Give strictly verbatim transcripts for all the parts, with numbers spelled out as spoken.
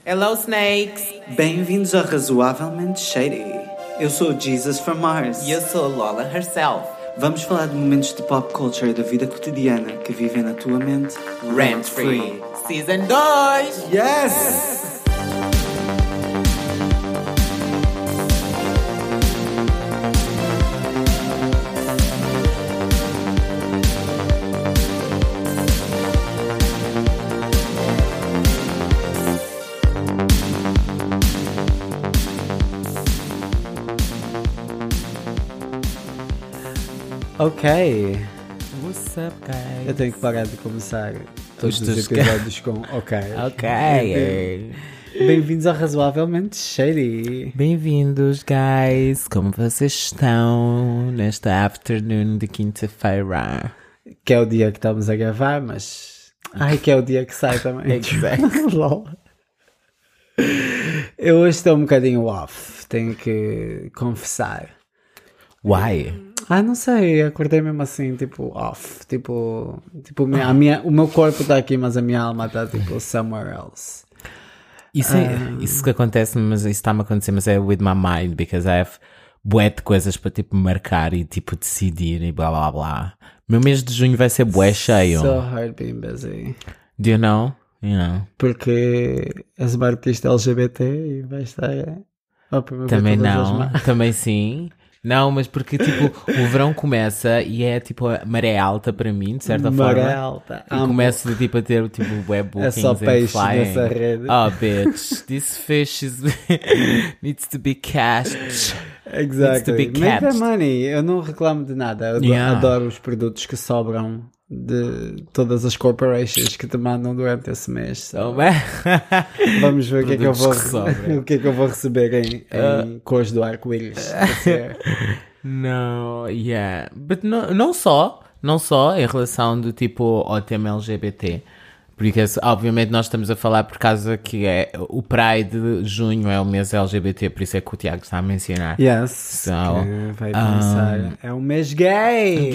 Hello, snakes! Bem-vindos a Razoavelmente Shady. Eu sou o Jesus from Mars. E eu sou a Lola herself. Vamos falar de momentos de pop culture da vida cotidiana que vivem na tua mente Rent Free. Season dois! Yes! Ok, What's up, guys? eu tenho que parar de começar todos os, Os episódios com ok. Ok. Bem-vindos a Razoavelmente Shady. Bem-vindos, guys. Como vocês estão nesta afternoon de quinta-feira? Que é o dia que estamos a gravar, mas... Ai, que é o dia que sai também. Exactly. Lol. Eu hoje estou um bocadinho off, tenho que confessar. Why? Ah, não sei, acordei mesmo assim, tipo, off. Tipo, tipo a minha, o meu corpo está aqui, mas a minha alma está, tipo, somewhere else. Isso, é, isso que acontece, mas isso está-me a acontecer, mas é with my mind, because I have bué de coisas para, tipo, marcar e, tipo, decidir e blá, blá, blá. Meu mês de junho vai ser bué cheio. So hard being busy. Do you know? You know. Porque és marquista L G B T e vai estar... ao primeiro Também todas as não, ma- também sim. Não, mas porque, tipo, o verão começa e é, tipo, a maré alta para mim, de certa Maré forma. alta. E Amo. começo, tipo, a ter, tipo, web É bookings só and peixe flying. nessa rede. Oh, bitch, this fish is needs to be cashed. Exactly. to be Make that catched. money. Eu não reclamo de nada. Eu Yeah. adoro os produtos que sobram de todas as corporations que te mandam durante esse mês. So, Oh, man. vamos ver o que, é que eu vou, Produtos que sobram. o que é que eu vou receber em, em cores do arco-íris. Não, yeah. But não, não só, não só em relação do tipo ao tema L G B T. Porque, obviamente, nós estamos a falar por causa que é o Pride de junho é o mês L G B T, por isso é que o Tiago está a mencionar. Yes. So, que vai pensar. É um mês gay.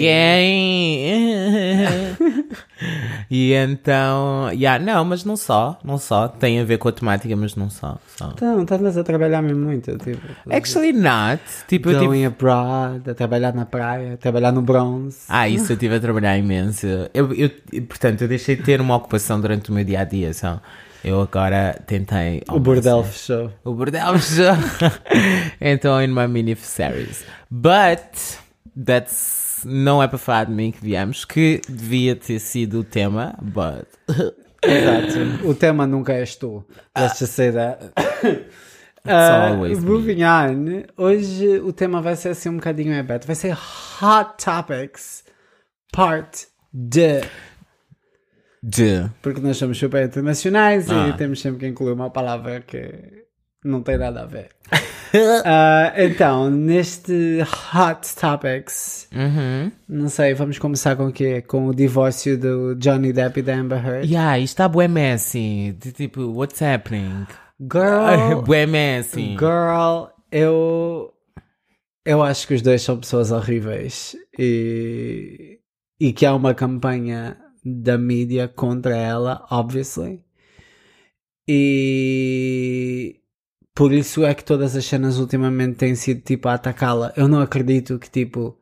Gay! E então, yeah, não, mas não só, não só, tem a ver com a temática, mas não só. só. Então, estás a trabalhar mesmo muito. Tipo, Actually not, tipo, eu going tipo, abroad, a trabalhar na praia, a trabalhar no bronze. ah, isso eu estive a trabalhar imenso. Eu, eu, portanto, eu deixei de ter uma ocupação durante o meu dia a dia, só. Eu agora tentei. O bordel fechou. O bordel fechou. Então, in my mini series. But, that's. Não é para falar de mim que viemos, que devia ter sido o tema, but. Exato. O tema nunca és tu. Let's just say that. It's Uh, always me. moving on, hoje o tema vai ser assim um bocadinho aberto. Vai ser Hot Topics Part D. De. Porque nós somos super internacionais Ah. e temos sempre que incluir uma palavra que não tem nada a ver. Uh, então, neste Hot Topics, Uhum. não sei, vamos começar com o quê? Com o divórcio do Johnny Depp e da Amber Heard. Yeah, isto está bué messy. De tipo, what's happening? Girl, Bué messy. girl, eu eu acho que os dois são pessoas horríveis e, e que há uma campanha da mídia contra ela, obviously. E por isso é que todas as cenas ultimamente têm sido tipo a atacá-la. Eu não acredito que tipo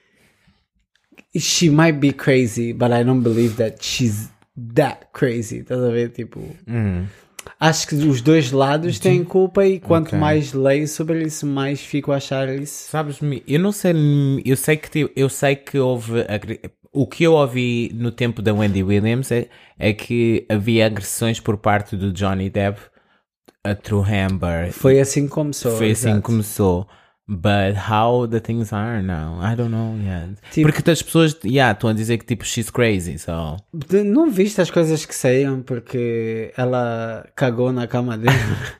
she might be crazy, but I don't believe that she's that crazy. Estás a ver? Tipo, Hum. acho que os dois lados têm culpa e quanto Ok. mais leio sobre isso, mais fico a achar isso. Sabes-me, eu não sei, eu sei que ti- eu sei que houve agre- o que eu ouvi no tempo da Wendy Williams é, é que havia agressões por parte do Johnny Depp a through Amber. Foi assim que começou. Foi assim exato. que começou. But how the things are now, I don't know yet. Tipo- Porque as pessoas, yeah, estão a dizer que tipo she's crazy, so. De- Não viste as coisas que saíam porque ela cagou na cama dele?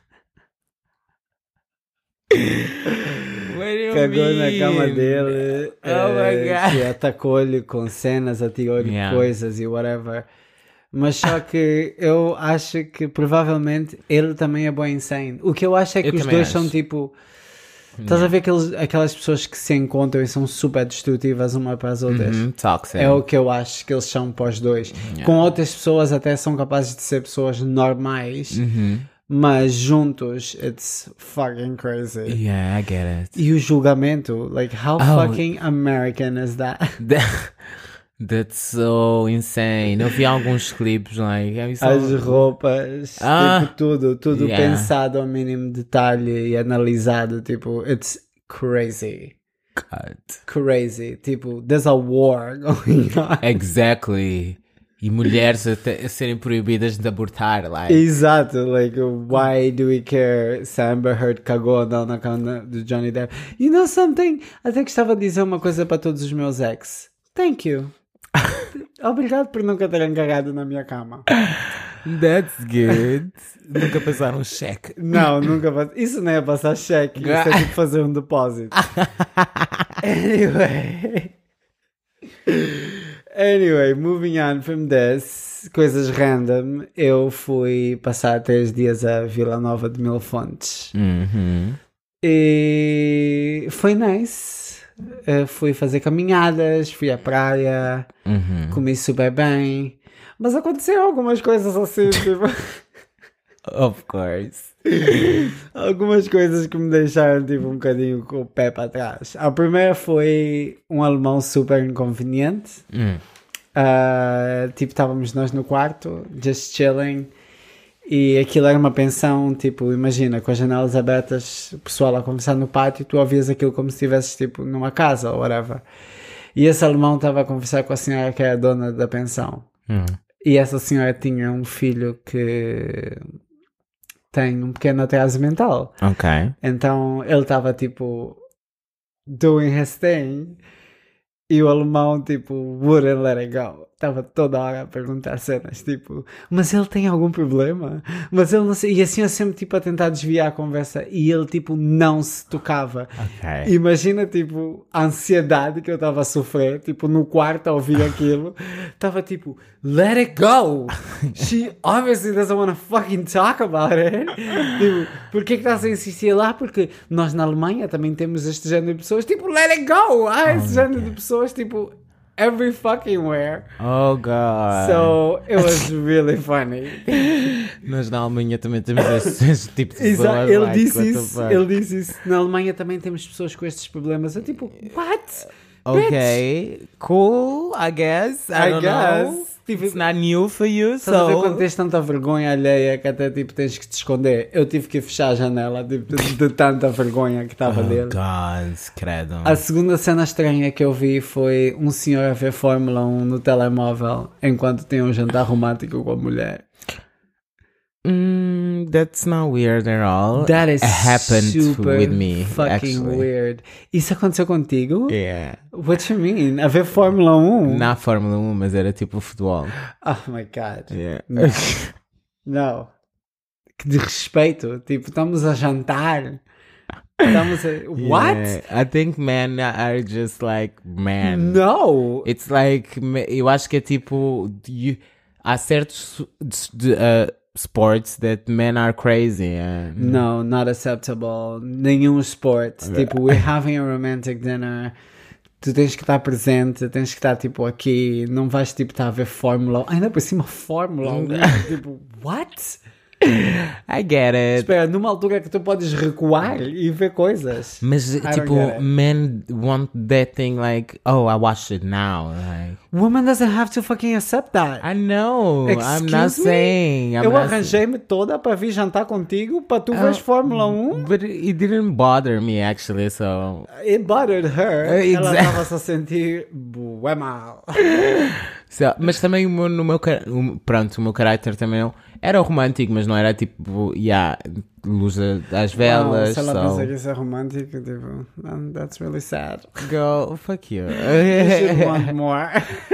Cagou na cama dele. Oh my eh, God. que atacou-lhe com cenas, atirou-lhe Yeah. coisas e whatever. Mas só que eu acho que provavelmente ele também é bem insane. O que eu acho é que Eu os também dois acho. são tipo. Estás a ver aqueles, aquelas pessoas que se encontram e são super destrutivas uma para as outras? Uhum, toxic. É o que eu acho que eles são para os dois. Com outras pessoas até são capazes de ser pessoas normais, Uhum. mas juntos, it's fucking crazy. Yeah, I get it. E o julgamento, like, how Oh. fucking American is that? That- That's so insane. Eu vi alguns clipes, like... have you As seen- roupas, Ah. tipo, tudo, tudo Yeah. pensado ao mínimo detalhe e analisado, tipo, it's crazy. God. Crazy. Tipo, there's a war going on. Exactly. E mulheres a, te- a serem proibidas de abortar, like... Exato, like, why do we care se a Amber Heard cagou ou não na cama do Johnny Depp? You know something? Até gostava de dizer uma coisa para todos os meus ex. Thank you. Obrigado por nunca terem cagado na minha cama. That's good. Nunca passaram um cheque. Não, nunca passei. Isso não é passar cheque, isso é tipo fazer um depósito. Anyway. Anyway, moving on from this, coisas random, eu fui passar três dias a Vila Nova de Mil Fontes. Uhum. E foi nice. Uh, fui fazer caminhadas, fui à praia, Uhum. comi super bem. Mas aconteceram algumas coisas assim, tipo... Of course. Algumas coisas que me deixaram tipo um bocadinho com o pé para trás. A primeira foi um alemão super inconveniente. Hum. Uh, tipo, estávamos nós no quarto, just chilling. E aquilo era uma pensão, tipo, imagina, com as janelas abertas, o pessoal a conversar no pátio, tu ouvias aquilo como se estivesses, tipo, numa casa ou whatever. E esse alemão estava a conversar com a senhora que é a dona da pensão. Hum. E essa senhora tinha um filho que tem um pequeno atraso mental. Ok. Então ele estava, tipo, doing his thing. E o alemão, tipo, wouldn't let it go. Estava toda hora a perguntar cenas, tipo, mas ele tem algum problema? Mas ele não sei. E assim eu sempre, tipo, a tentar desviar a conversa. E ele, tipo, não se tocava. Ok. Imagina, tipo, a ansiedade que eu estava a sofrer, tipo, no quarto a ouvir aquilo. Estava tipo, let it go! She obviously doesn't want to fucking talk about it. Tipo, porquê que estás a insistir lá? Porque nós na Alemanha também temos este género de pessoas, tipo, let it go! Há esse género de pessoas, tipo, every fucking where. Oh, God. So, it was really funny. Nós na Alemanha também temos esse, esse tipo de pessoas. Exato, ele like, disse what the isso, fuck? ele disse isso. Na Alemanha também temos pessoas com estes problemas. Eu tipo, what? Ok, cool, I guess. I, I don't guess. know. Tipo, It's not new for you, estás a ver quando so... tens tanta vergonha alheia que até tipo tens que te esconder? Eu tive que fechar a janela tipo, de, de tanta vergonha que estava Oh, dele. God, credo. A segunda cena estranha que eu vi foi um senhor a ver Fórmula um no telemóvel enquanto tinha um jantar romântico com a mulher. Mm, that's not weird at all. That is It happened super with me, fucking actually. weird. Isso aconteceu contigo? Yeah. What you mean? A ver Fórmula um? Na Fórmula um, mas era tipo futebol. Oh my god. Yeah. Não. Não. Que desrespeito. Tipo, estamos a jantar. Estamos a... What? Yeah. I think men are just like men. No. It's like, me- eu acho que é tipo, you, há certos de, uh, sports that men are crazy. And, No, not acceptable. Nenhum esporte. Tipo, we're having a romantic dinner. Tu tens que estar presente, tens que estar tipo aqui. Não vais tipo estar a ver Fórmula um. Ainda por cima, Fórmula um. Tipo, what? I get it. Espera, numa altura que tu podes recuar e ver coisas. Mas don't tipo, get it. men want that thing like, oh, I watched it now. Like, Woman doesn't have to fucking accept that. I know. I'm not Excuse me? saying. I'm Eu not arranjei-me toda para vir jantar contigo para tu veres Fórmula um. But it didn't bother me actually, so It bothered her. Uh, Ela exactly. estava-se a sentir bué mal. So, mas também o meu, no meu, car- o- pronto, o meu caráter também era romântico, mas não era tipo, yeah, luz a- às velas. Wow, se ela so, pensa que isso é romântico, tipo, "Man, that's really sad. go, fuck you. You should want more.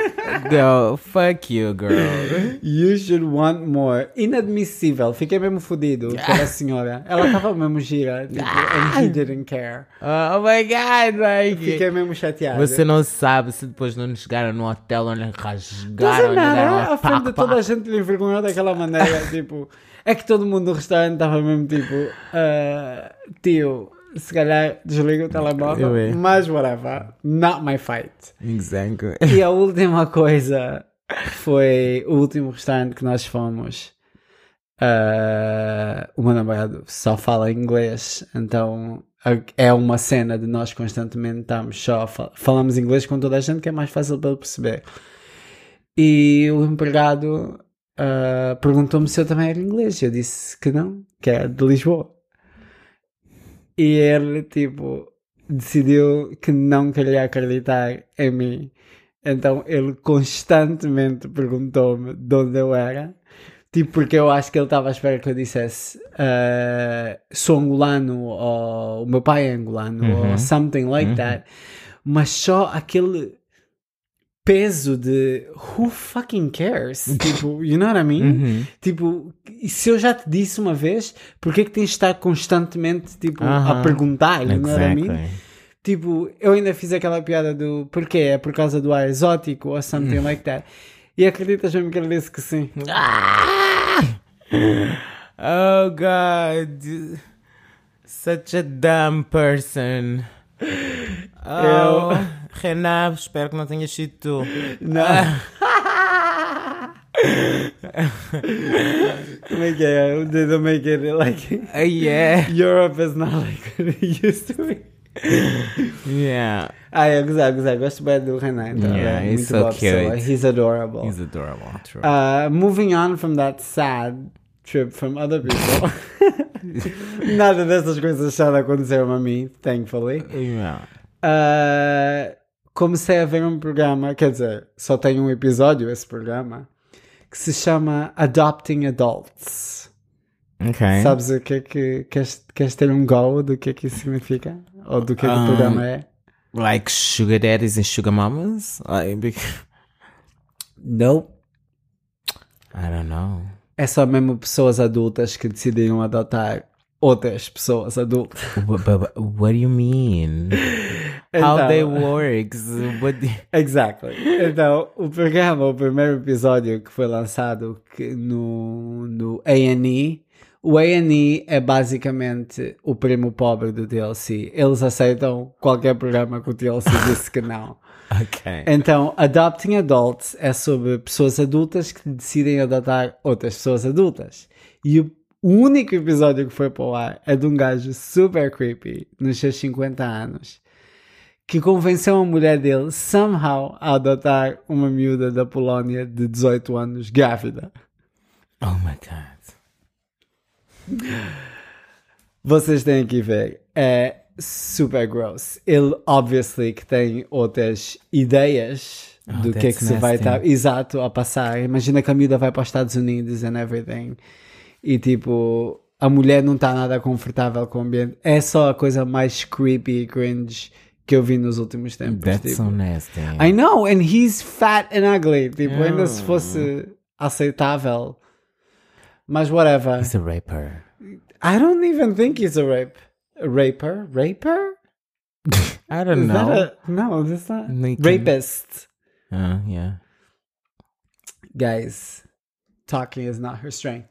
Go, fuck you, girl. You should want more. Inadmissível. Fiquei mesmo fodido pela senhora. Ela estava mesmo gira. Tipo, and he didn't care. Oh my god, like. Fiquei mesmo chateado. Você não sabe se depois não chegaram no hotel onde rasgaram. Doesn't lhe deram matter. uma A frente de pá, toda pá. a gente lhe envergonhou daquela maneira. Tipo, é que todo mundo no restaurante estava mesmo tipo, ah, tio, se calhar desliga o telemóvel, Eu é. mas whatever. Not my fight. Exactly. E a última coisa foi o último restaurante que nós fomos. uh, o meu namorado só fala inglês, então é uma cena de nós constantemente estamos só fal- falamos inglês com toda a gente, que é mais fácil para ele perceber. E o empregado uh, perguntou-me se eu também era inglês. Eu disse que não, que era de Lisboa. E ele, tipo, decidiu que não queria acreditar em mim. Então ele constantemente perguntou-me de onde eu era. Tipo, porque eu acho que ele estava à espera que eu dissesse uh, sou angolano, ou o meu pai é angolano, Uhum. ou something like Uhum. that. Mas só aquele peso de who fucking cares? Tipo, you know what I mean? Uhum. Tipo, e se eu já te disse uma vez, porquê que tens de estar constantemente, tipo, a Aham. perguntar, you know what I mean? Exactly. Tipo, eu ainda fiz aquela piada do porquê? É por causa do ar exótico ou something like that. E acreditas mesmo que ele disse que sim? Oh God, such a dumb person. Oh, Renato, espero que não tenhas sido tu. Não. Como é que é? They don't make it like Uh, yeah, Europe is not like what it used to be. yeah. Ah, é, gozar, gozar. Gosto bem do Renan. Então, Yeah, é he's muito so boa pessoa. cute. He's adorable. He's adorable. True. Uh, moving on from that sad trip from other people. Nada dessas coisas sad aconteceram a mim, thankfully. Yeah. Uh, comecei a ver um programa, quer dizer, só tem um episódio esse programa, que se chama Adopting Adults. Okay. Sabes o que é que... Queres, queres ter um go do que é que isso significa? Ou do que é que Um, o programa é? Like sugar daddies and sugar mamas? Like, bec- Nope. I don't know. É só mesmo pessoas adultas que decidiram adotar outras pessoas adultas. But, but, but what do you mean? How Então- they works? What? do- Exactly. Então, o programa, o primeiro episódio que foi lançado que no, no A and E, o A and E é basicamente o primo pobre do T L C. Eles aceitam qualquer programa que o T L C disse que não. Okay. Então, Adopting Adults é sobre pessoas adultas que decidem adotar outras pessoas adultas. E o o único episódio que foi para o ar é de um gajo super creepy, nos seus cinquenta anos, que convenceu a mulher dele, somehow, a adotar uma miúda da Polónia de dezoito anos, grávida. Oh my God. Vocês têm que ver. É super gross. Ele, obviously, que tem outras ideias Oh, do que é that's que se vai nasty. estar, exato, a passar. Imagina que a miúda vai para os Estados Unidos and everything. E, tipo, a mulher não está nada confortável com o ambiente. É só a coisa mais creepy e cringe que eu vi nos últimos tempos. That's tipo. so nasty. I know, and he's fat and ugly. Tipo, Yeah. ainda se fosse aceitável. Mas whatever. He's a raper. I don't even think he's a rape. A raper? Raper? I don't Is know. that a, no, that's not. They can- Rapist. Uh, yeah. Guys, talking is not her strength.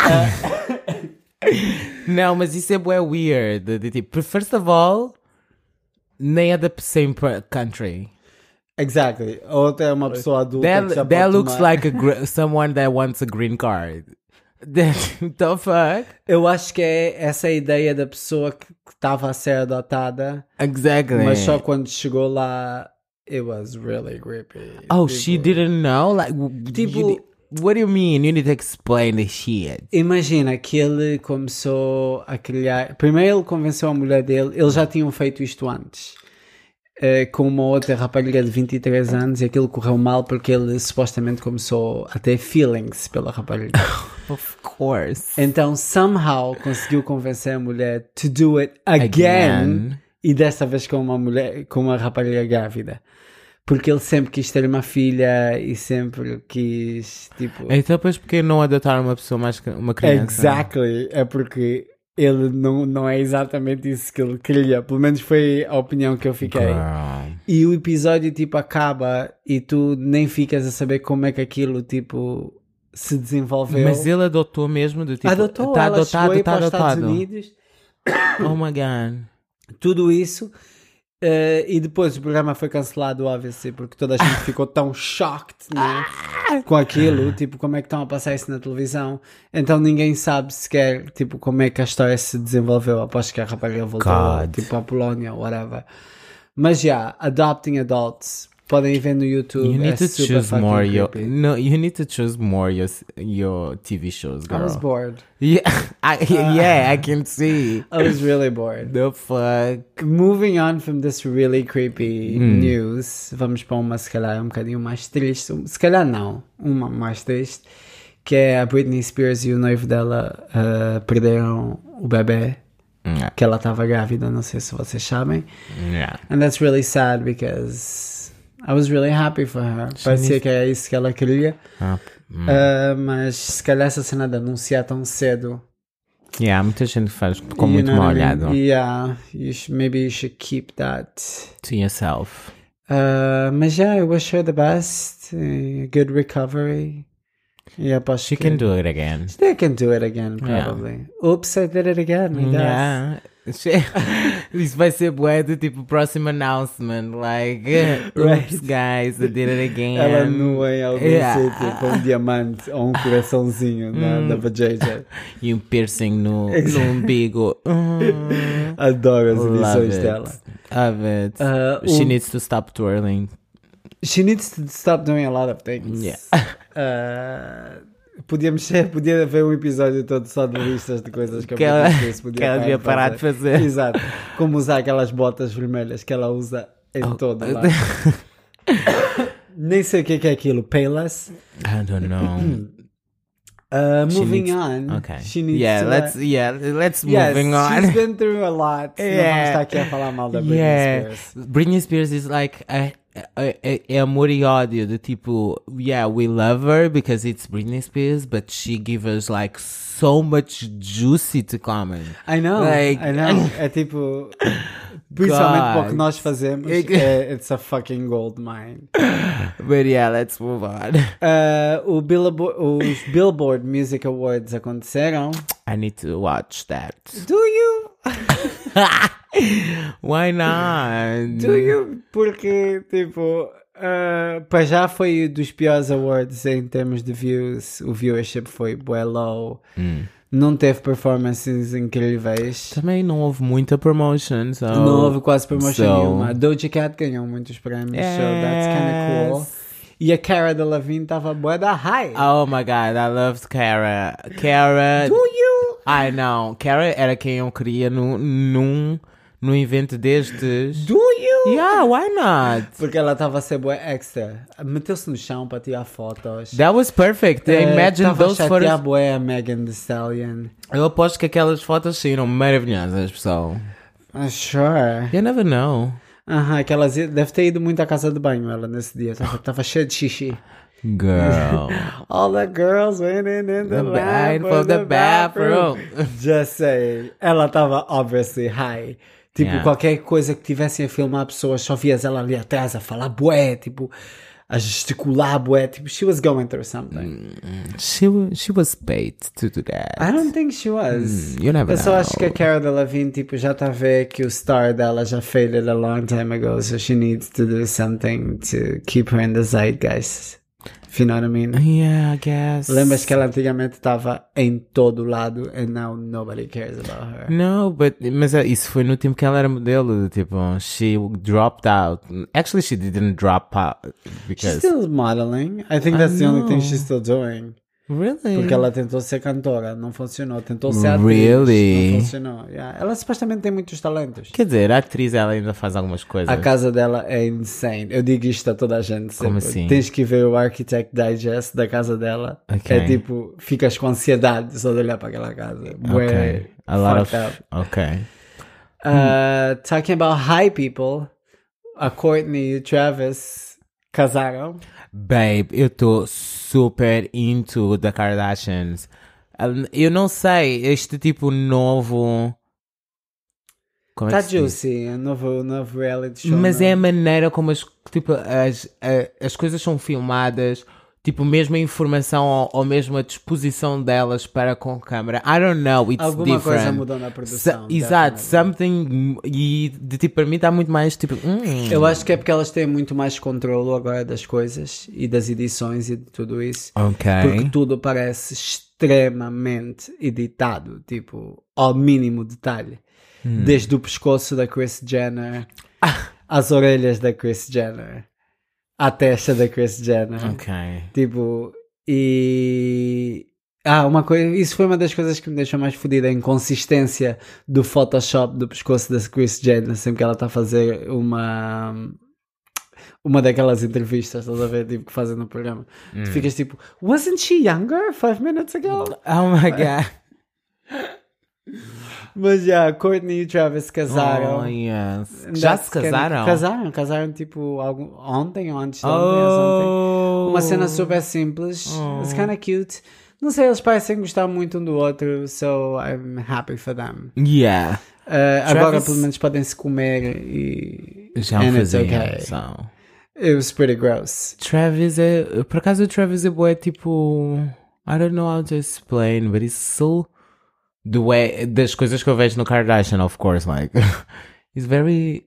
Não, mas isso é bué weird. De, de, tipo, first of all, nem é da same per- country. Exactly. Outra é uma pessoa adulta que já That, pode that looks tomar- like a gr- someone that wants a green card. That, the fuck? Eu acho que é essa a ideia da pessoa que estava a ser adotada, Exactly. mas só quando chegou lá, it was really creepy. Oh, Tipo, she didn't know? Like, w- Tipo- you need- what do you mean? You need to explain the shit. Imagina que ele começou a criar. Primeiro ele convenceu a mulher dele, eles já tinham feito isto antes. eh, com uma outra rapariga de vinte e três anos, e aquilo correu mal porque ele supostamente começou a ter feelings pela rapariga. Of course. Então, somehow, conseguiu convencer a mulher to do it again, Again. e desta vez com uma mulher, com uma rapariga grávida. Porque ele sempre quis ter uma filha e sempre quis, tipo... Então, depois, porque não adotar uma pessoa mais que uma criança? Exactly. É porque ele não, não é exatamente isso que ele queria. Pelo menos foi a opinião que eu fiquei. Girl. E o episódio, tipo, acaba e tu nem ficas a saber como é que aquilo, tipo, se desenvolveu. Mas ele adotou mesmo? Do tipo, adotou, tá ela adotado, chegou aí tá para os Estados adotado. Unidos. Oh my God. Tudo isso. Uh, e depois o programa foi cancelado, obviously, porque toda a gente ficou tão shocked, né? Com aquilo, tipo, como é que estão a passar isso na televisão? Então ninguém sabe sequer, tipo, como é que a história se desenvolveu após que a rapariga voltou, God. tipo, à Polónia, whatever. Mas já, yeah, Adopting Adults, podem ver no YouTube. You need é to super choose fucking more your creepy. no. You need to choose more your your T V shows, girl. I was bored. Yeah, I, yeah, I can see. I was really bored. The fuck. Moving on from this really creepy Hum. news, vamos para uma se calhar um bocadinho mais triste, se calhar não, uma mais triste, que é a Britney Spears e o noivo dela uh, perderam o bebê, Yeah. que ela estava grávida, não sei se vocês sabem. Yeah. And that's really sad because I was really happy for her. Parecia needs- que é isso que ela queria, Ah, hum. uh, mas se calhar essa cena de anunciar tão cedo. Yeah, muita gente faz com you muito know mal what I mean? olhado. Yeah, you sh- maybe you should keep that. To yourself. Uh, mas yeah, I wish her the best. Uh, good recovery. Yeah, but She can do it again. They can do it again, Yeah. probably. Oops, I did it again. I guess. Yeah. She- Isso vai ser bué do tipo próximo announcement. Like, Right. oops, guys, I did it again. Ela nua em algum Yeah. sítio com um diamante ou um coraçãozinho na, na vajayjay. E um piercing no, Exactly. no umbigo. Mm. Adoro as Love edições it. dela. Love it. Uh, She o- needs to stop twirling. She needs to stop doing a lot of things. Yeah. Uh, podíamos ser, podia haver um episódio todo só de listas de coisas que, Que a ela- Britney Spears podia que ela parar devia parar de fazer. Exato. Como usar aquelas botas vermelhas que ela usa em Oh. todo lado. Nem sei o que é, que é aquilo. Payless. I don't know. Uh, She moving needs- on. Okay. She needs yeah, to, let's uh, yeah, let's yes, moving on. she's been through a lot. Não vamos Yeah. estar aqui a falar mal da Britney Yeah. Spears. Britney Spears is like a, a, a, é amor e ódio do tipo, yeah, we love her because it's Britney Spears, but she gives us like so much juicy to comment. I know, Like- I know. É tipo, principalmente para o que God. nós fazemos, é, it's a fucking gold mine. But yeah, let's move on. Uh, o Billboard, os Billboard Music Awards aconteceram. I need to watch that. Do you? Why not? Do you? Porque, tipo, uh, para já foi dos piores awards em termos de views. O viewership foi bué low. Hum. Não teve performances incríveis. Também não houve muita promotion, so... Não houve quase promotion so- nenhuma. Doja Cat ganhou muitos prémios, so that's kind of cool. Yes. E a Cara Delevingne tava bué da high. Oh my god, I loved Cara. Cara... Do you? I know. Cara era quem eu queria no, num, num evento destes. Do you? Yeah, why not? Porque ela tava a ser bué extra. Meteu-se no chão para tirar fotos. That was perfect. Eh, Imagine tava those a chatear photos. bué a Megan Thee Stallion. Eu aposto que aquelas fotos saíram maravilhosas, pessoal. Uh, sure. You never know. Aham, aquelas deve ter ido muito à casa de banho ela nesse dia. Tava, tava cheia de xixi. Girl. All the girls went in, in the, The line line for the bathroom. Just say. Ela tava obviously high. Tipo, Yeah. qualquer coisa que tivessem a filmar pessoas, só vias ela ali atrás a falar bué, tipo, a gesticular bué. Tipo, she was going through something. She, wa- she was paid to do that. I don't think she was. you never Eu só know. acho que a Cara Delevingne, tipo, já tá a ver que o star dela já faded a long time ago, so she needs to do something to keep her in the zeitgeist. If you know what I mean? Yeah, I guess. Lembras que ela antigamente estava em todo lado and now nobody cares about her. No, but mas uh, isso foi no tempo que ela era modelo, tipo, she dropped out. Actually, she didn't drop out She's because still modeling. I think I that's the only thing know. she's still doing. really. Porque ela tentou ser cantora, não funcionou. Tentou ser atriz, Really? não funcionou. Yeah. Ela supostamente tem muitos talentos. Quer dizer, a atriz ela ainda faz algumas coisas. A casa dela é insane. Eu digo isto a toda a gente. Como sempre. assim? Tens que ver o Architect Digest da casa dela. Ok. É tipo, ficas com ansiedade só de olhar para aquela casa. Bué Okay. A lot of fucked up. okay. Uh, talking about high people, a Courtney e o Travis casaram. Babe, eu tô super into the Kardashians. Um, Eu não sei, este tipo novo. Como é Tá que se diz? juicy, um novo, novo reality show. Mas não? é a maneira como as, tipo, as, a- as coisas são filmadas. tipo, mesmo a informação ou, ou mesmo a disposição delas para com a câmera. I don't know, it's Alguma different. coisa mudou na produção. So, exato, definitely. something. E de tipo, para mim está muito mais tipo. hum. Eu acho que é porque elas têm muito mais controle agora das coisas e das edições e de tudo isso. Ok. Porque tudo parece extremamente editado, tipo, ao mínimo detalhe. Hum. Desde o pescoço da Kris Jenner, Ah. às orelhas da Kris Jenner, à testa da Kris Jenner. Ok. Tipo, e... Ah, uma coisa... Isso foi uma das coisas que me deixou mais fodida, a inconsistência do Photoshop do pescoço da Kris Jenner, sempre que ela está a fazer uma... Uma daquelas entrevistas, estás a ver, tipo, que fazem no programa. Hum. Tu ficas tipo, wasn't she younger five minutes ago? Oh my god. Mas já, Courtney e Travis casaram. Oh, yes. And Já that's se casaram? kinda- Casaram, casaram tipo algum, ontem ou antes de ontem, ou ontem. Oh. Uma cena super simples. Oh. It's kinda cute. Não sei, eles parecem gostar muito um do outro, so I'm happy for them. Yeah. Uh, Travis- Agora pelo menos podem se comer e. Já and o it's faziam. okay. So. It was pretty gross. Travis é. Por acaso o Travis é bué tipo. I don't know how to explain, but it's so. The way, das coisas que eu vejo no Kardashian, of course, like. It's very.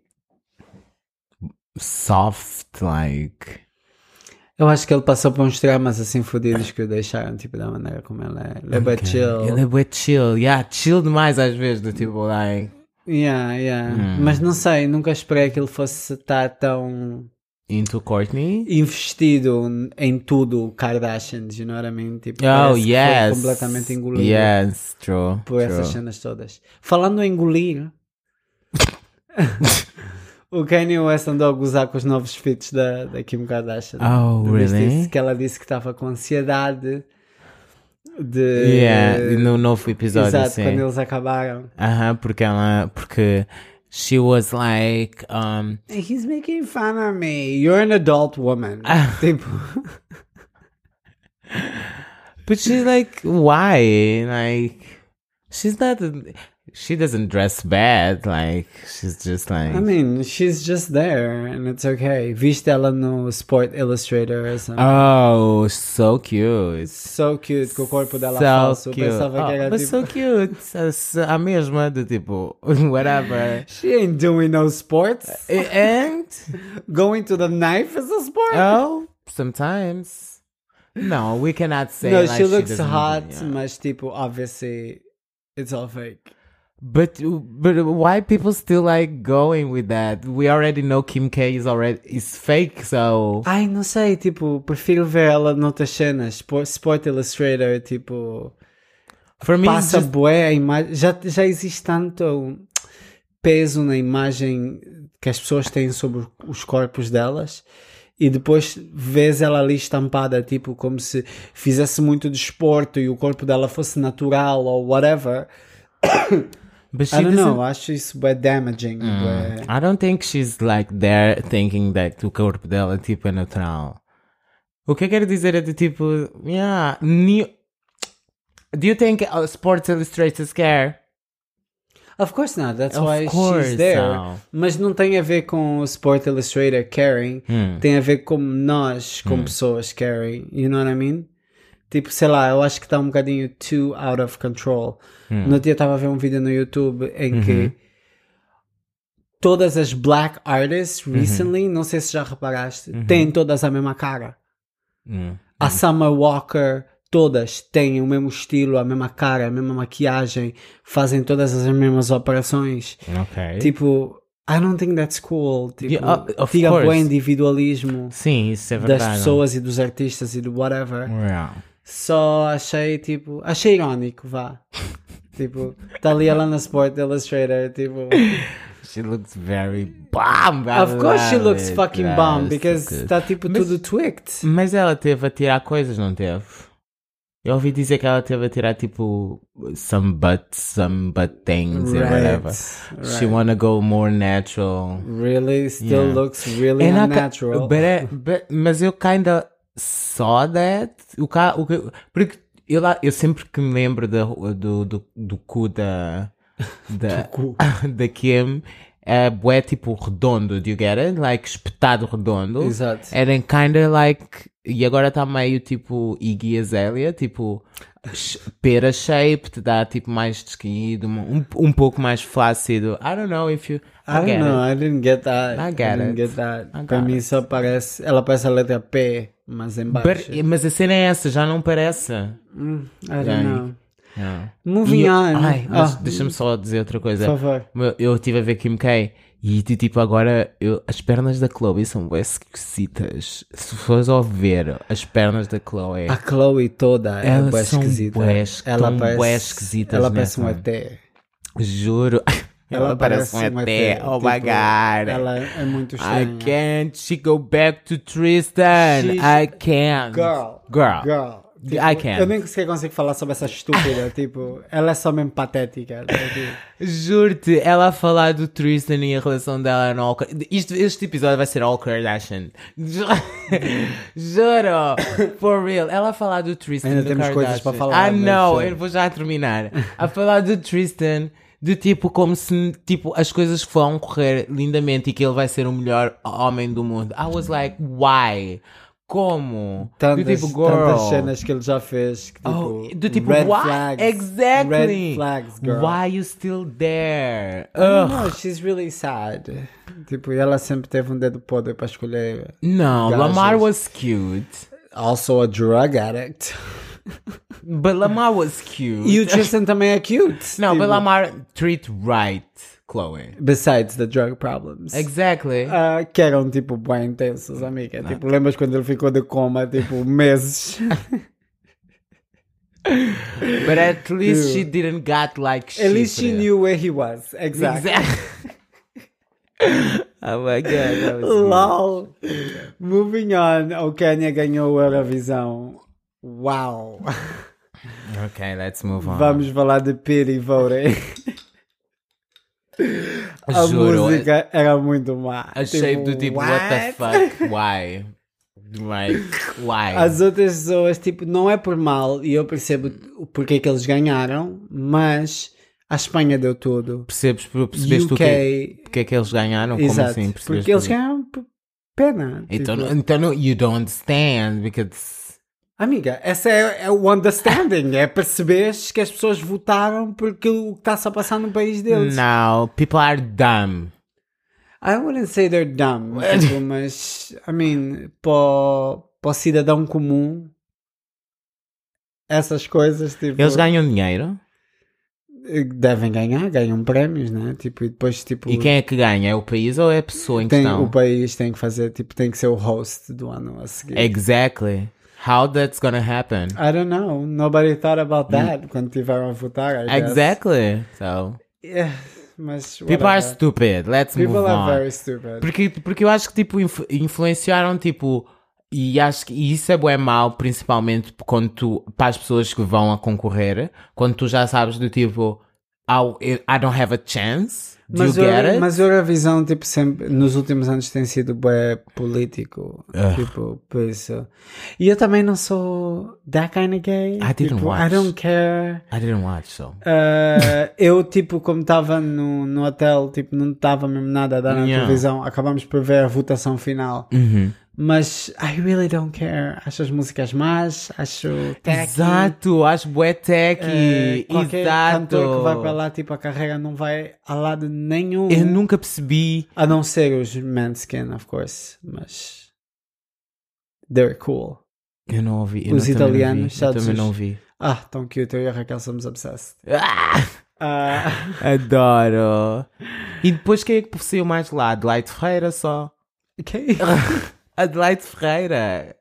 Soft, like. Eu acho que ele passou por uns dramas assim fodidos que o deixaram, tipo, da maneira como ele é. Ele é bué Okay. chill. Ele é bué chill, yeah, chill demais às vezes, do tipo, like. Yeah, yeah. Hum. Mas não sei, nunca esperei que ele fosse estar tão Into Courtney. investido em tudo Kardashians, you know what I mean? Tipo, Oh, parece que yes. foi completamente engolido Yes, true. por essas true. cenas todas. Falando em engolir, o Kanye West andou a gozar com os novos feats da, da Kim Kardashian. Oh, Tu viste really? isso? Que ela disse que estava com ansiedade de... Yeah, no novo episódio, Exato, sim. quando eles acabaram. Aham, porque ela, porque she was like, um, He's making fun of me. You're an adult woman. Ah. Tipo... but she's like, why? Like, she's not, she doesn't dress bad, like, she's just like, I mean, she's just there and it's okay. Viste ela no Sport Illustrator or something. oh, so cute. So cute, com o corpo dela So falso. cute. Pensava Oh, que era but tipo... so cute. A, a mesma, do tipo, whatever. She ain't doing no sports. And, Going to the knife is a sport. oh, sometimes. No, we cannot say no, like she looks doesn't- hot, yeah. mas tipo, obviously, it's all fake. But but why people still like going with that? We already know Kim K is already is fake, so Ai, não sei, tipo, prefiro ver ela noutras cenas. Sport, Sport Illustrator, tipo, for me it's passa just, bué a imagem. Já, já existe tanto peso na imagem que as pessoas têm sobre os corpos delas. E depois vês ela ali estampada, tipo, como se fizesse muito desporto e o corpo dela fosse natural ou whatever. but she I don't doesn't- know, acho isso bué damaging. bué- I don't think she's like there thinking that o corpo dela tipo é natural. O que eu quero dizer é de tipo, yeah, new... Do you think uh, Sports Illustrated care? Of course not, that's Of why course she's there. not. Mas não tem a ver com o Sport Illustrator caring, Hum. tem a ver como nós, como pessoas, caring. You know what I mean? Tipo, sei lá, eu acho que está um bocadinho too out of control. Hum. No dia estava a ver um vídeo no YouTube em Uhum. que todas as black artists Uhum. recently, não sei se já reparaste, têm todas a mesma cara. Hum. A Summer Walker, todas têm o mesmo estilo, a mesma cara, a mesma maquiagem, fazem todas as mesmas operações. Ok. Tipo, I don't think that's cool. Tipo, Yeah, uh, of tira course. bom individualismo Sim, isso é das verdade. pessoas e dos artistas e do whatever. Yeah. Só achei, tipo, achei irónico, vá. Tipo, tá ali ela na Sport Illustrator, tipo... She looks very bomb. I Of course she love looks it. fucking Yeah, bomb, it's because so good. tá tipo Mas- tudo tweaked. Mas ela teve a tirar coisas, não teve? Eu ouvi dizer que ela teve a tirar tipo some butt, some butt things and whatever. She right. wanna go more natural. Really? Still Yeah. looks really And I ca- unnatural. but, I- but, mas eu kinda saw that. O ca, o que, porque eu, lá, eu sempre que me lembro do, do, do, do cu da, da, cu. da Kim, é bué tipo redondo, do you get it? Like espetado redondo. Exato. And then kinda like, e agora está meio tipo Iggy Azalea, tipo sh- pera shape, te dá tipo mais descaído, um, um pouco mais flácido. I don't know if you... I, I don't know, it. I didn't get that. I get I didn't it. get that. I Para mim it. só parece, ela parece a letra P, mas em baixo. But, mas a cena é essa, já não parece. Mm, I don't Right. know. Yeah. Moving E- on. Ai, mas Ah, deixa-me só dizer outra coisa. Por favor. Eu estive a ver Kim K e tipo agora eu, as pernas da Chloe são bem esquisitas. Se fores a ver as pernas da Chloe, A Chloe toda é elas bué são esquisita. bué, ela estão parece, bué esquisitas ela parece um nessa. E T. Juro. Ela, parece um E T. Oh my Tipo, god. Ela é muito I estranha. can't. She go back to Tristan. She- I can't. Girl. Girl. Girl. Tipo, I can't. Eu nem sequer consigo falar sobre essa estúpida. tipo, ela é só mesmo patética. tá, tipo. Juro-te, ela a falar do Tristan e a relação dela no All Kardashian. Isto, este episódio vai ser All Kardashian. Ju- Juro, for real. Ela a falar do Tristan Ainda do temos Kardashian. coisas para falar, Ah, mas, não, uh, eu vou já terminar. A falar do Tristan, do tipo, como se tipo, as coisas vão correr lindamente e que ele vai ser o melhor homem do mundo. I was like, why? Como? Tantas, do tipo, girl. tantas cenas que ele já fez. Que, tipo, Oh, do tipo, red why? flags. Exactly. Red flags, girl. Why you still there? I don't Ugh. know, she's really sad. Tipo, e ela sempre teve um dedo podre para escolher. No, Gajas. Lamar was cute. Also a drug addict. But Lamar was cute. E o Tristan também é cute. No, tipo, but Lamar treat right Chloe. Besides the drug problems. Exactly. Ah, que eram tipo bem intensos, amiga. Tipo, lembras quando ele ficou de coma, tipo, meses? But at least she didn't got like shit. At least she knew where he was. Exactly. Exactly. Oh my god. That was good. Lol. Moving on, o Kenya ganhou a Eurovisão. Uau. Okay, let's move on. Vamos falar de Pity Voting. A Juro, música era muito má. a shape do tipo, what the fuck? Why? Like, why? As outras pessoas, tipo, não é por mal, e eu percebo o porquê que eles ganharam, mas a Espanha deu tudo. Percebes, percebeste U o K, que, porque é que eles ganharam? Como exato, assim? Percebeste porque eles porquê? ganharam por pena. Então, tipo. então não- you don't understand because Amiga, essa é, é o understanding, é perceberes que as pessoas votaram por aquilo que está-se a passar no país deles. no, people are dumb. I wouldn't say they're dumb, tipo, mas, I mean, para o cidadão comum, essas coisas, tipo, Eles ganham dinheiro? devem ganhar, ganham prémios, né? Tipo, e depois, tipo, E quem é que ganha? É o país ou é a pessoa em tem, questão? o país tem que fazer, tipo, tem que ser o host do ano a seguir. Exactly. How that's gonna happen? I don't know, nobody thought about that quando tiveram a votar, I guess. Exactly. So, Yeah, mas people are whatever. stupid. Let's People move are on. very stupid. Porque, porque eu acho que, tipo, inf- influenciaram, tipo... E acho que e isso é bué mau, principalmente quando tu... Para as pessoas que vão a concorrer. Quando tu já sabes do tipo... I'll- I don't have a chance. Do Mas, you get o, it? mas a Eurovisão, tipo, sempre, nos últimos anos tem sido bué político. Ugh. Tipo, por isso. E eu também não sou that kind of gay. I didn't tipo, watch. I don't care. I didn't watch, so... Uh, eu, tipo, como estava no, no hotel, tipo, não estava mesmo nada a dar na Yeah. televisão. Acabamos por ver a votação final. Uhum. Mas I really don't care. Acho as músicas más, acho tacky. Exato, acho bué tacky. Eh, qualquer Exato. cantor que vai para lá, tipo, a carreira não vai a lado nenhum. Eu nunca percebi. A não ser os Manskin, of course. Mas... they're cool. Eu não ouvi. Eu Os não, também não vi. italianos, Eu sabes, também não os- vi. Ah, tão cute. Eu e a Raquel somos obsessed. Ah, Ah, adoro. E depois quem é que saiu mais lá? Adelaide Ferreira só. ok. Adelaide Ferreira.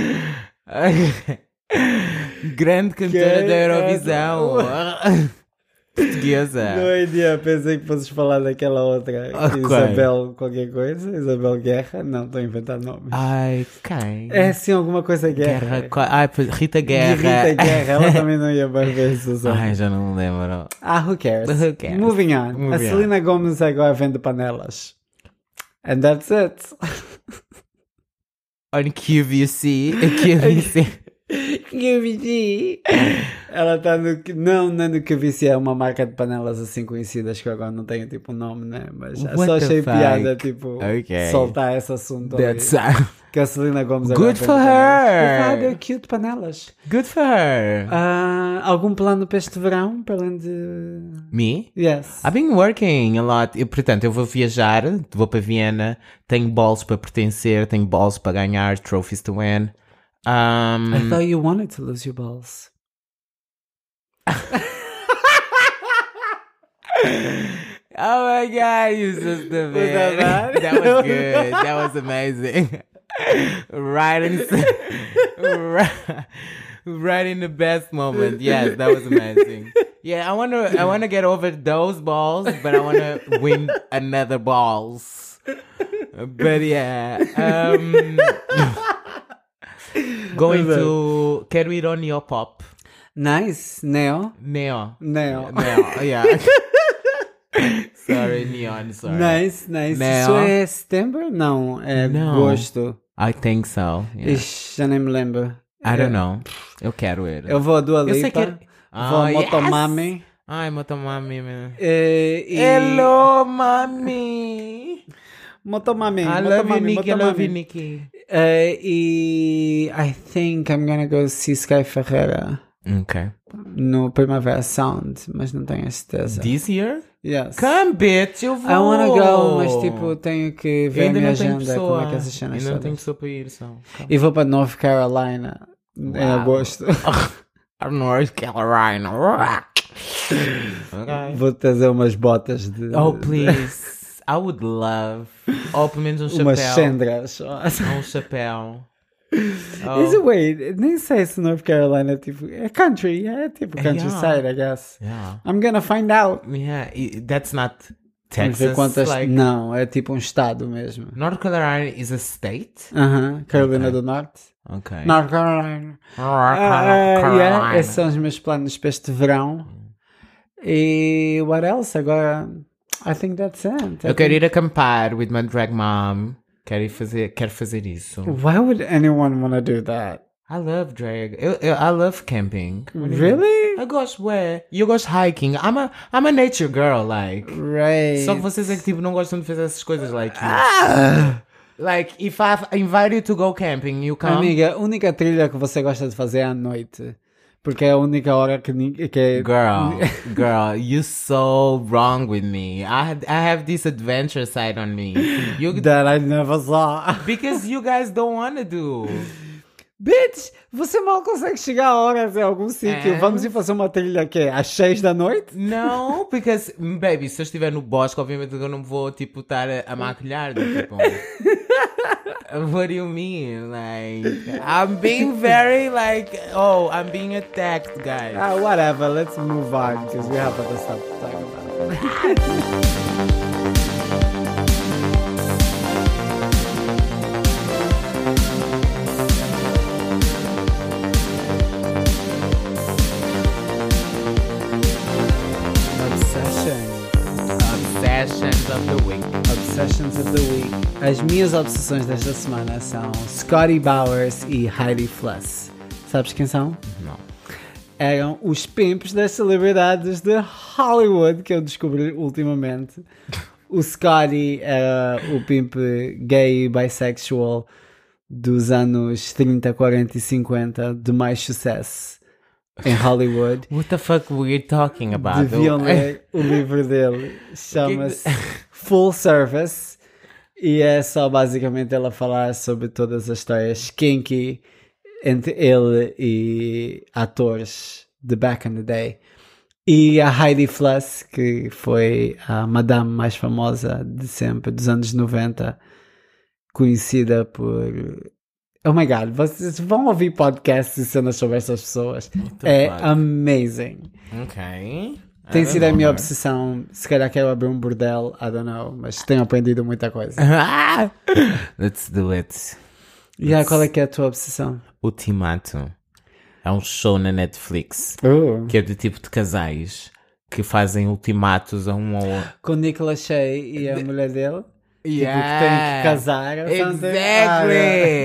Grande cantora Quem da é Eurovisão. Portuguesa. Não ideia, pensei que fosses falar daquela outra. Ok. Isabel qualquer coisa. Isabel Guerra. Não, estou a inventar nomes. Ai, quem? É sim, alguma coisa Guerra. Guerra. qual- Ai, pois, Rita E Guerra. Rita Guerra. Ela também não ia mais ver isso. Ai, já não me lembro. Ah, who cares? Who cares? Moving on. Moving a on. Selena Gomez agora vende panelas. And that's it. On Q V C. Q V C. Q V C. Ela está no... Não, não é no Q V C, é uma marca de panelas assim conhecidas que eu agora não tenho tipo nome, né? Mas What só the achei fuck? piada, tipo, Okay. soltar esse assunto That's ali. Que a Selena Gomez agora Good tem for panelas. her. Good for her, they're cute panelas. Good for her. Ah, algum plano para este verão, para além de... Me? Yes. I've been working a lot. Eu, portanto, eu vou viajar, vou para Viena, tenho balls para pertencer, tenho balls para ganhar, trophies to win. Um, I thought you wanted to lose your balls. Oh my god, you so stupid. Was that bad? That was good. That was amazing. Right in, right, right in the best moment. Yes, that was amazing. Yeah, I want to. I want to get over those balls, but I want to win another balls. But yeah, um, going to. Quero ir ao Neopop. Nice. Neo. Neo. Neo. Neo. Yeah. Sorry, Neon. Sorry. Nice, nice. Neo. Isso é setembro? Não, é Não. agosto. I think so. Yeah. Ixi, já nem me lembro. I don't Eu- know. Eu quero ir. Eu vou a Dua Eu sei Lipa, que- vou Ah, a yes! Motomami. Ai, Motomami, man. E, e... Hello, mami. Motomami. I love you, Motomami, Nikki. I love you, Motomami. Nikki. Eh, e I think I'm gonna go see Sky Ferreira Okay. no Primavera Sound, mas não tenho a certeza. This year? Yes. Come, bitch, eu vou. I wanna go, mas tipo, tenho que Eu ver a ainda minha não tenho agenda, pessoa. como é que essas cenas Ainda não tenho todas. pessoa para ir, só. Come. E vou para North Carolina em Wow. agosto. North Carolina. Okay. Vou trazer umas botas de... Oh, please. I would love. Ou pelo menos um chapéu. Umas cendras. Um chapéu. Oh. Is it, wait, nem sei se North Carolina é tipo... É country, é tipo countryside, I guess. Yeah. I'm gonna find out. Yeah, i- that's not Vamos ver Texas. quantas... Like, Não, é tipo um estado mesmo. North Carolina is a state? Aham, Carolina Ok. do Norte. Okay. North Carolina. North Ah, Carolina. yeah, esses são os meus planos para este verão. E what else? Agora, I think that's it. Eu quero ir acampar with my drag mom. Quero ir fazer, quero fazer isso. Why would anyone want to do that? I love drag. Eu, eu, I love camping. Really? Eu gosto, ué. E eu gosto de hiking. I'm a, I'm a nature girl, like. Right. Só que vocês é que tipo não gostam de fazer essas coisas, like. Ah! Like, if I invite you to go camping, you come. Amiga, a única trilha que você gosta de fazer é à noite. Porque é a única hora que... ni- que é... Girl, girl, you so wrong with me. I had, I have this adventure side on me. You That I never saw. because you guys don't want to do. Bitch, você mal consegue chegar a horas em algum sítio. É. Vamos ir fazer uma trilha aqui às seis da noite? No, because baby, se eu estiver no bosque, obviamente eu não vou tipo estar a, a maquilhar, do tipo. What do you mean? Like, I'm being very like, oh, I'm being attacked, guys. Ah, whatever, let's move on because we have other stuff to talk about. Obsessions. Obsessions of the week. Obsessions of the Week. As minhas obsessões desta semana são Scotty Bowers e Heidi Fluss. Sabes quem são? Não. Eram os pimps das celebridades de Hollywood que eu descobri ultimamente. O Scotty era o pimp gay e bisexual dos anos trinta, quarenta e cinquenta de mais sucesso em Hollywood. What the fuck were you talking about? Deviam ler o livro dele. Chama-se Full Service. E é só basicamente ela falar sobre todas as histórias kinky entre ele e atores de back in the day. E a Heidi Fluss, que foi a madame mais famosa de sempre, dos anos noventa, conhecida por... Oh my god, vocês vão ouvir podcasts e cenas sobre essas pessoas. É fuck? amazing. Okay. Tem I sido don't a minha know her. obsessão. Se calhar quero abrir um bordel, I don't know, mas tenho aprendido muita coisa. Let's do it. E aí, qual é que é a tua obsessão? Ultimato. É um show na Netflix Oh. que é do tipo de casais que fazem ultimatos a um ao outro. Com Nicolas Shea e a mulher dele? Yeah. Tipo, que têm que casar. ou something? Ah, Exactly.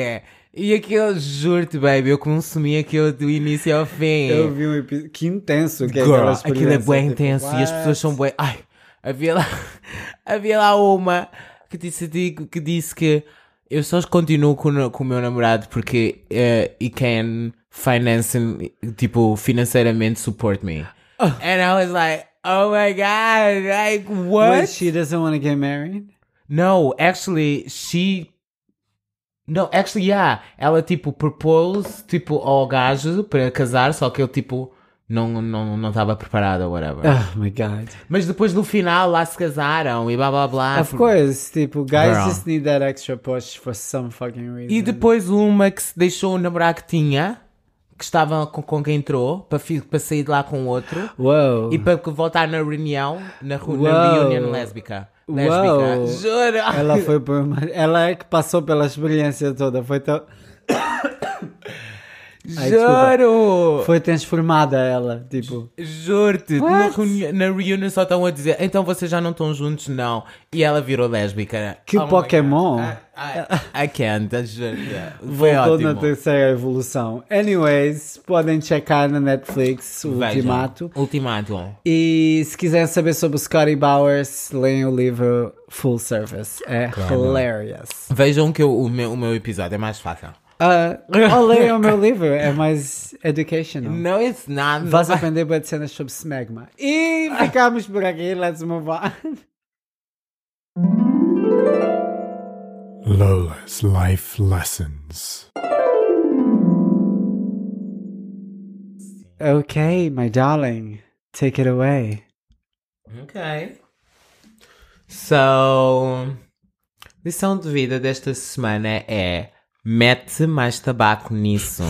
E aquilo, juro-te, baby, eu consumi aquilo do início ao fim. Eu vi um episódio. Que intenso que é Girl, aquela aquilo é experiência, bem tipo, intenso e as what? pessoas são bem. Ai, havia lá, havia lá uma que disse, que disse que eu só continuo com, com o meu namorado porque uh, he can finance, tipo, financeiramente support me. Oh. And I was like, oh my god, like, what? But she doesn't want to get married? No, actually, she... No, actually, yeah. Ela, tipo, propôs, tipo, ao gajo para casar, só que ele, tipo, não não não estava preparado ou whatever. Oh my god. Mas depois, no final, lá se casaram e blá, blá, blá. Of course, tipo, guys Girl. just need that extra push for some fucking reason. E depois uma que se deixou o namorado que tinha, que estava com, com quem entrou, para, fi- para sair de lá com outro, Uou. e para que- voltar na reunião, na, ru- Uou. na reunião lésbica. Lésbica. Uou. Juro! Ela foi por uma... Ela é que passou pela experiência toda. Foi tão... Ai, desculpa. Juro! Foi transformada ela, tipo... Juro-te, na, What? reuni- na reunião só estão a dizer, então vocês já não estão juntos, não. E ela virou lésbica. Que Oh my Pokémon. God. I, I, I can't, I juro. Foi Voltou ótimo. na terceira evolução. Anyways, podem checar na Netflix o Vejam. Ultimato. Ultimato. E se quiserem saber sobre o Scotty Bowers, leiam o livro Full Service. É hilarious. Vejam que o, o meu, o meu episódio é mais fácil. Uh, ou leiam o meu livro, é mais educational. No, it's not. Vais aprender boas cenas sobre smegma. E ficamos por aqui, let's move on. Lola's Life Lessons. Okay, my darling, take it away. Ok. So, lição de vida desta semana é: mete mais tabaco nisso.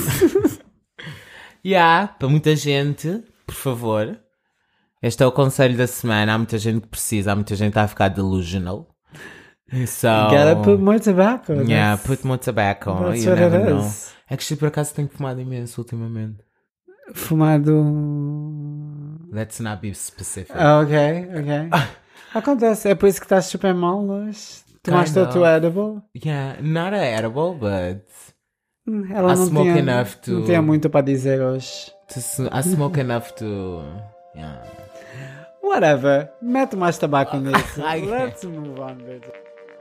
Yeah, para muita gente, por favor. Este é o conselho da semana. Há muita gente que precisa, há muita gente que está a ficar delusional. So, Gotta put more tobacco. yeah, That's- put more tobacco. that's You what never it know. is. É que por acaso tenho fumado imenso ultimamente. Fumado. Let's not be specific. Ah, ok, ok. Acontece, é por isso que estás super mal hoje. Tomaste Kind outro of. edible? Yeah, not a edible, but Hum, Ela I não smoke tinha, enough to- não tinha muito para dizer hoje. to, s- I smoke enough to. Yeah. Whatever. Mete mais tabaco nisso. Ai. Let's move on, bitch.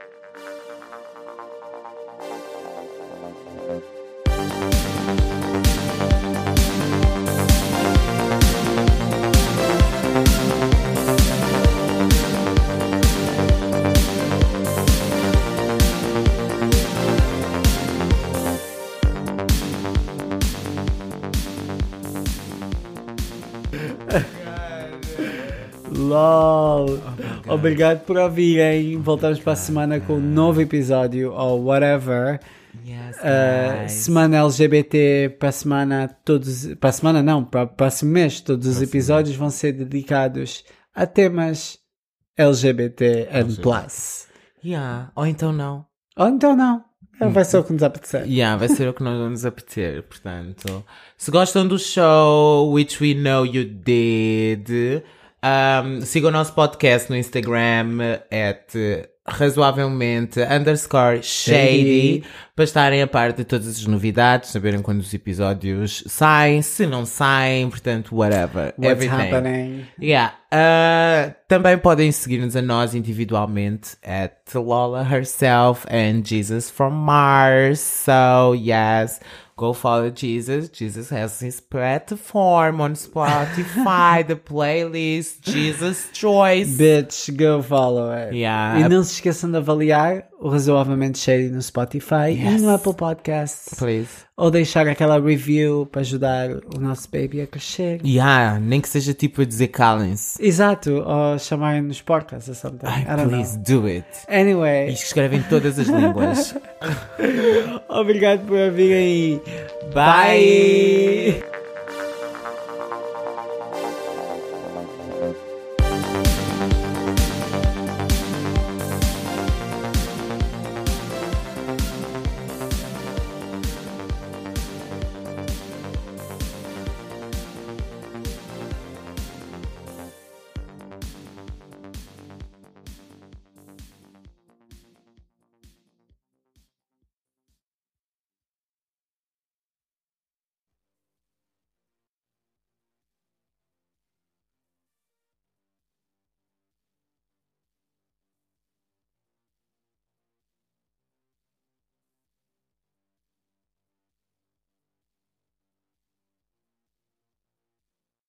LOL. Obrigado por ouvirem. Voltamos para a semana com um novo episódio ou whatever. Yes, Uh, guys. semana L G B T para a semana todos para a semana não, para o próximo mês todos os episódios vão ser dedicados a temas L G B T and plus. Yeah. Ou então não. Ou então não, vai ser o que nos apetecer. Yeah, vai ser o que nós vamos apetecer, portanto. Se gostam do show, which we know you did, um, sigam o nosso podcast no Instagram, at razoavelmente underscore shady, Shady. para estarem a par de todas as novidades, saberem quando os episódios saem, se não saem, portanto, whatever. What's everything. happening? Yeah. Uh, também podem seguir-nos a nós individualmente at Lola herself and Jesus from Mars. So, yes, go follow Jesus. Jesus has his platform on Spotify, the playlist, Jesus Choice. Bitch, go follow it. Yeah. E não se esqueçam de avaliar o Razoavelmente Shady no Spotify Yes. e no Apple Podcasts. Please. Ou deixar aquela review para ajudar o nosso baby a crescer. Yeah, nem que seja tipo a dizer calem-se. Exato, ou chamarem-nos porcas ou something. Ai, I don't please, know. do it. Anyway, E escrevem todas as línguas. obrigado por ouvirem. Bye. Bye.